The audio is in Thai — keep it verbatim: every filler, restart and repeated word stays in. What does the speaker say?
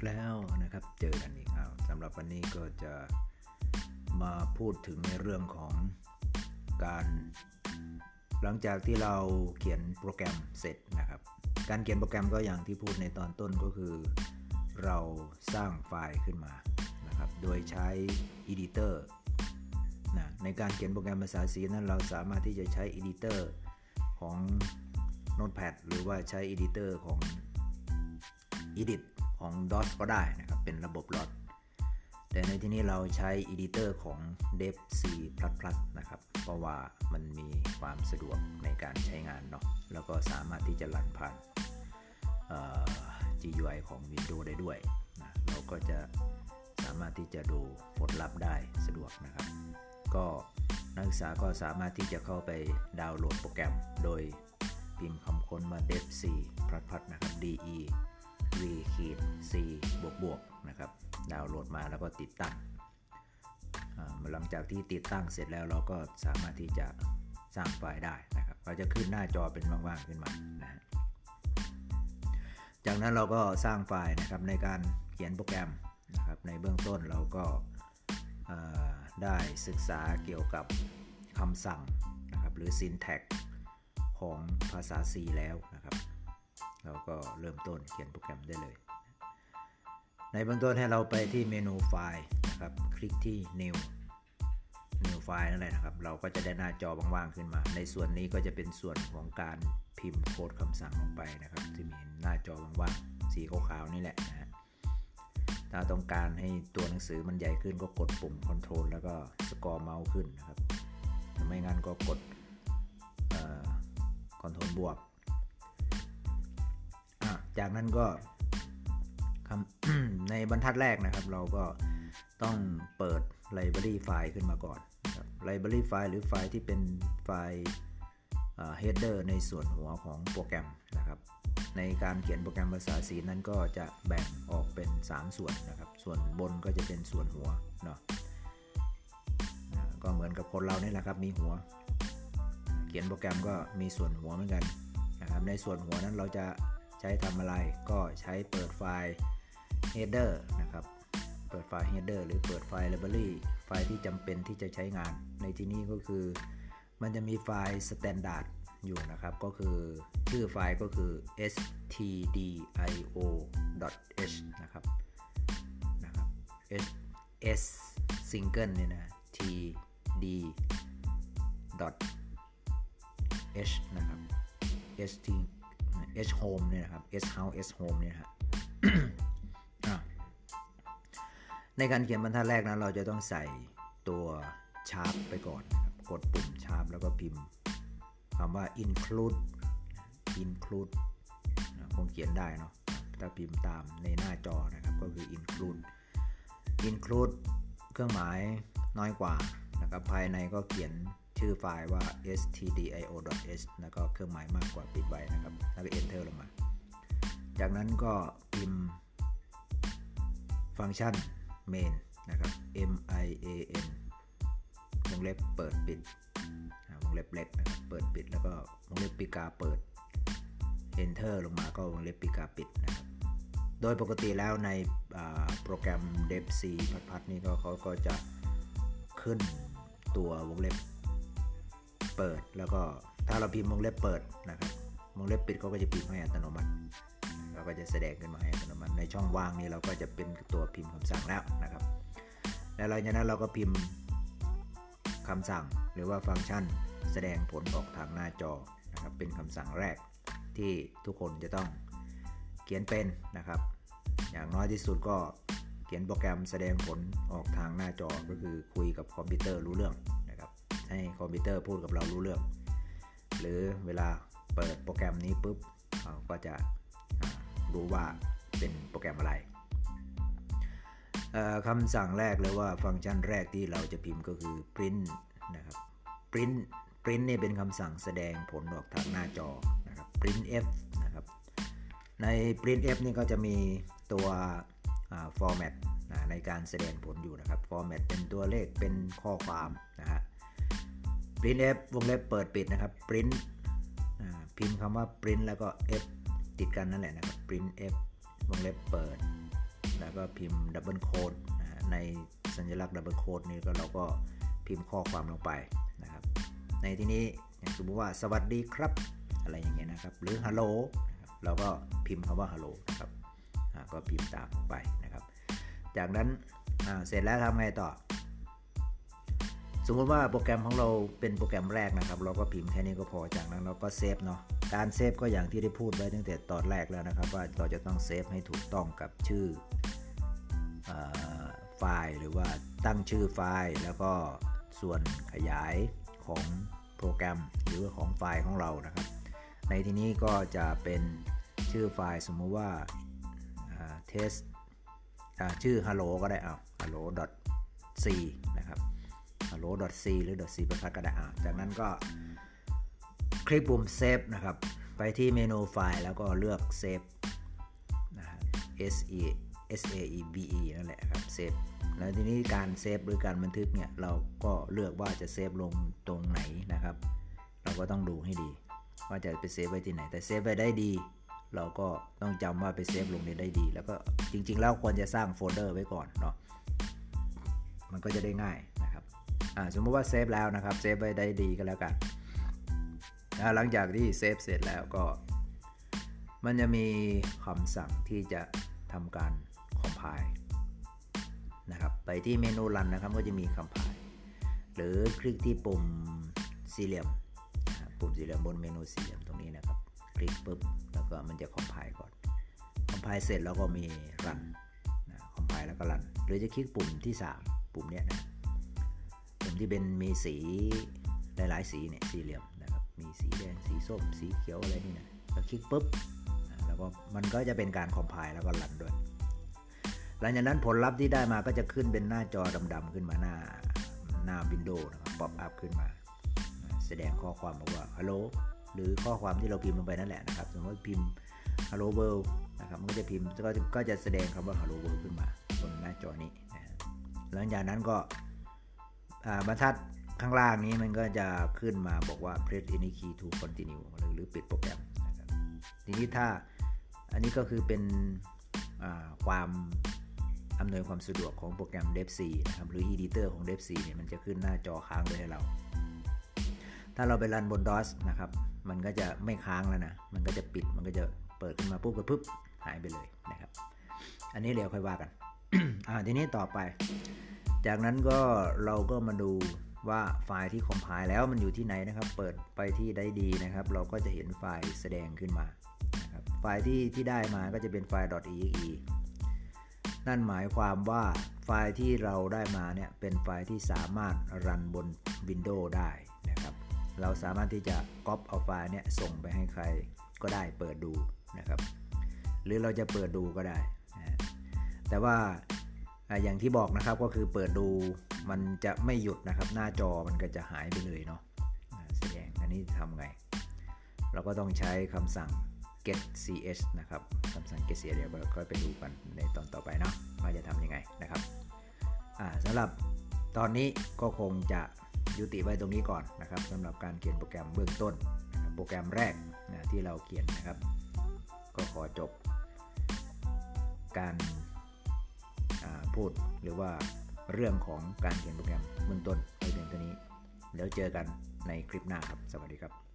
แล้วนะครับเจอกันอีกแล้วสำหรับวันนี้ก็จะมาพูดถึงในเรื่องของการหลังจากที่เราเขียนโปรแกรมเสร็จนะครับการเขียนโปรแกรมก็อย่างที่พูดในตอนต้นก็คือเราสร้างไฟล์ขึ้นมานะครับโดยใช้ Editor นะในการเขียนโปรแกรมภาษา C นั้นเราสามารถที่จะใช้ Editor ของ Notepad หรือว่าใช้ Editor ของ Edit ของ ดอส ก็ได้นะครับเป็นระบบ ดอท แต่ในที่นี้เราใช้ Editor ของ Dev C++ นะครับเพราะว่ามันมีความสะดวกในการใช้งานเนาะแล้วก็สามารถที่จะรันผ่าน จี ยู ไอ ของ Windows ได้ด้วยนะเราก็จะสามารถที่จะดูผลลัพธ์ได้สะดวกนะครับก็นักศึกษาก็สามารถที่จะเข้าไปดาวน์โหลดโปรแกรมโดยพิมพ์คำค้นมา dev c++ นะครับ de v c บวกบวกนะครับดาวน์โหลดมาแล้วก็ติดตั้งหลังจากที่ติดตั้งเสร็จแล้วเราก็สามารถที่จะสร้างไฟล์ได้นะครับก็จะขึ้นหน้าจอเป็นว่างๆขึ้นมานะจากนั้นเราก็สร้างไฟล์นะครับในการเขียนโปรแกรมนะครับในเบื้องต้นเราก็ได้ศึกษาเกี่ยวกับคำสั่งนะครับหรือ syntax ของภาษา C แล้วนะครับเราก็เริ่มต้นเขียนโปรแกรมได้เลยในเบื้องต้นให้เราไปที่เมนูไฟล์นะครับคลิกที่ new new file นั่นแหละนะครับเราก็จะได้หน้าจอว่างๆขึ้นมาในส่วนนี้ก็จะเป็นส่วนของการพิมพ์โค้ดคำสั่งลงไปนะครับที่มีหน้าจอว่างๆสีขาวๆนี่แหละนะฮะถ้าต้องการให้ตัวหนังสือมันใหญ่ขึ้นก็กดปุ่ม Control แล้วก็สกอร์เมาส์ขึ้นนะครับไม่งั้นก็กดเอ่อ Control บวกจากนั้นก็ ในบรรทัดแรกนะครับเราก็ต้องเปิด Library File ขึ้นมาก่อนนะครับ Library File หรือไฟล์ที่เป็นไฟล์ Header ในส่วนหัวของโปรแกรมนะครับในการเขียนโปรแกรมภาษา C นั้นก็จะแบ่งออกเป็นสามส่วนนะครับส่วนบนก็จะเป็นส่วนหัวเนาะก็เหมือนกับคนเรานี่แหละครับมีหัวเขียนโปรแกรมก็มีส่วนหัวเหมือนกันนะครับในส่วนหัวนั้นเราจะใช้ทำอะไรก็ใช้เปิดไฟล์ header นะครับเปิดไฟล์ header หรือเปิดไฟล์ library ไฟล์ที่จำเป็นที่จะใช้งานในที่นี้ก็คือมันจะมีไฟล์ standard อยู่นะครับก็คือชื่อไฟล์ก็คือ stdio.h นะครับนะครับ s single เนี่ยนะ td.h นะครับ st h home เนี่ยนะครับ s house s home เนี่ยครับ ในการเขียนบรรทัดแรกนะเราจะต้องใส่ตัวชาร์ปไปก่อนกดปุ่มชาร์ปแล้วก็พิมพ์คำว่า include include คงเขียนได้เนาะถ้าพิมพ์ตามในหน้าจอนะครับก็คือ include include เครื่องหมายน้อยกว่านะครับภายในก็เขียนชื่อไฟล์ว่า stdio.h แล้วก็เครื่องหมายมากกว่าปิดไว้นะครับแล้วก็ enter ลงมาจากนั้นก็พิมพ์ฟังก์ชัน main นะครับ m i a n วงเล็บเปิดปิดวงเล็บเล็กนะครับเปิดปิดแล้วก็วงเล็บปีกาเปิด enter ลงมาก็วงเล็บปีกาปิดนะครับโดยปกติแล้วในโปรแกรม dev c++ นี่ก็เขาก็จะขึ้นตัววงเล็บเปิดแล้วก็ถ้าเราพิมพ์วงเล็บเปิดนะครับวงเล็บปิดเขาก็จะพิมพ์ให้อัตโนมัติเราก็จะแสดงขึ้นมาให้อัตโนมัติในช่องว่างนี้เราก็จะเป็นตัวพิมพ์คำสั่งแล้วนะครับแล้วหลังจากนั้นเราก็พิมพ์คำสั่งหรือว่าฟังก์ชันแสดงผลออกทางหน้าจอนะครับเป็นคำสั่งแรกที่ทุกคนจะต้องเขียนเป็นนะครับอย่างน้อยที่สุดก็เขียนโปรแกรมแสดงผลออกทางหน้าจอก็คือคุยกับคอมพิวเตอร์รู้เรื่องนะครับให้คอมพิวเตอร์พูดกับเรารู้เรื่องหรือเวลาเปิดโปรแกรมนี้ปุ๊บเราก็จะรู้ว่าเป็นโปรแกรมอะไรคำสั่งแรกเลยว่าฟังก์ชันแรกที่เราจะพิมพ์ก็คือ print นะครับ print print นี่เป็นคำสั่งแสดงผลออกทางหน้าจอนะครับ printf นะครับใน printf นี่ก็จะมีตัว format ในการแสดงผลอยู่นะครับ format เป็นตัวเลขเป็นข้อความนะฮะ printf วงเล็บเปิดปิดนะครับ print พิมพ์คำว่า print แล้วก็ f ติดกันนั่นแหละนะครับ printf วงเล็บเปิดแล้วก็พิมพ์ดับเบิลโค้ดในสัญลักษณ์ดับเบิลโค้ดนี้ก็เราก็พิมพ์ข้อความลงไปนะครับในที่นี้อย่างสมมติว่าสวัสดีครับอะไรอย่างเงี้ยนะครับหรือฮัลโหลเราก็พิมพ์คำว่าฮัลโหลนะครับก็พิมพ์ตามไปนะครับจากนั้นเสร็จแล้วทำไงต่อสมมติว่าโปรแกรมของเราเป็นโปรแกรมแรกนะครับเราก็พิมพ์แค่นี้ก็พอจากนั้นเราก็เซฟเนาะการเซฟก็อย่างที่ได้พูดไว้ตั้งแต่ตอนแรกแล้วนะครับว่าเราจะต้องเซฟให้ถูกต้องกับชื่อไฟล์หรือว่าตั้งชื่อไฟล์แล้วก็ส่วนขยายของโปรแกรมหรือของไฟล์ของเรานะครับในที่นี้ก็จะเป็นชื่อไฟล์สมมุติว่า test ชื่อ hello ก็ได้เอา hello.c นะครับ hello.c หรือ .c ประพัดก็ได้อ่าจากนั้นก็คลิกปุ่ม save นะครับไปที่เมนูไฟล์แล้วก็เลือก save นะ s e s a e v e นั่นแหละครับ save แล้วทีนี้การเซฟหรือการบันทึกเนี่ยเราก็เลือกว่าจะเซฟลงตรงไหนนะครับเราก็ต้องดูให้ดีว่าจะไปเซฟไว้ที่ไหนแต่เซฟไว้ได้ดีเราก็ต้องจำว่าไปเซฟลงได้ดีแล้วก็จริงๆแล้วควรจะสร้างโฟลเดอร์ไว้ก่อนเนาะมันก็จะได้ง่ายนะครับสมมติว่าเซฟแล้วนะครับเซฟไว้ได้ดีก็แล้วกันหลังจากที่เซฟเสร็จแล้วก็มันจะมีคำสั่งที่จะทำการ compile นะครับไปที่เมนูรันนะครับก็จะมี compile หรือคลิกที่ปุ่มสี่เหลี่ยมปุ่มสี่เหลี่ยมบนเมนูสี่เหลี่ยมตรงนี้นะครับคลิกปุ๊บแล้วก็มันจะ compile ก่อน compile เสร็จแล้วก็มี run นะ compile แล้วก็ run หรือจะคลิกปุ่มที่สามปุ่มเนี้ยนะปุ่มที่เป็นมีสีหลายๆสีเนี่ยสี่เหลี่ยมนะครับมีสีแดงสีส้มสีเขียวอะไรนี่นะแล้วคลิกปุ๊บแล้วก็มันก็จะเป็นการ compile แล้วก็ run ด้วยหลังจากนั้นผลลัพธ์ที่ได้มาก็จะขึ้นเป็นหน้าจอดำๆขึ้นมาหน้าหน้า Windows นะครับ pop up ขึ้นมาแสดงข้อความบอกว่า hello หรือข้อความที่เราพิมพ์ลงไปนั่นแหละนะครับสมมติพิมพ์ hello world นะครับมันก็จะพิมพ์ก็ก็จะแสดงคำว่า hello world ขึ้นมาบนหน้าจอนี้นะหลังจากนั้นก็บรรทัดข้างล่างนี้มันก็จะขึ้นมาบอกว่า press any key to continue หรือหรือปิดโปรแกรมนะครับทีนี้ถ้าอันนี้ก็คือเป็นความอำนวยความสะดวกของโปรแกรม เดฟ ซี นะครับหรือ Editor ของ เดฟ ซี เนี่ยมันจะขึ้นหน้าจอค้างไว้ให้เราถ้าเราไปรันบน ดอส นะครับมันก็จะไม่ค้างแล้วนะมันก็จะปิดมันก็จะเปิดขึ้นมาปุ๊บก็ปุ๊บหายไปเลยนะครับอันนี้เดี๋ยวค่อยว่ากัน อ่าทีนี้ต่อไปจากนั้นก็เราก็มาดูว่าไฟล์ที่คอมไพล์แล้วมันอยู่ที่ไหนนะครับเปิดไปที่ได้ดีนะครับเราก็จะเห็นไฟล์แสดงขึ้นมานะครับไฟล์ที่ที่ได้มาก็จะเป็นไฟล์ .exe นั่นหมายความว่าไฟล์ที่เราได้มาเนี่ยเป็นไฟล์ที่สามารถรันบน Windows ได้นะครับเราสามารถที่จะก๊อปเอาไฟล์เนี่ยส่งไปให้ใครก็ได้เปิดดูนะครับหรือเราจะเปิดดูก็ได้นะแต่ว่าอย่างที่บอกนะครับก็คือเปิดดูมันจะไม่หยุดนะครับหน้าจอมันก็จะหายไปเลยเนาะแสดงอันนี้ทำไงเราก็ต้องใช้คำสั่ง get ch นะครับคำสั่ง get ch เดี๋ยวเราค่อยไปดูกันในตอนต่อไปเนาะว่าจะทำยังไงนะครับสำหรับตอนนี้ก็คงจะยุติไว้ตรงนี้ก่อนนะครับสำหรับการเขียนโปรแกรมเบื้องต้นนะครับโปรแกรมแรกนะที่เราเขียนนะครับก็ขอจบการพูดหรือว่าเรื่องของการเขียนโปรแกรมเบื้องต้นไว้เพียงเท่านี้แล้วเจอกันในคลิปหน้าครับสวัสดีครับ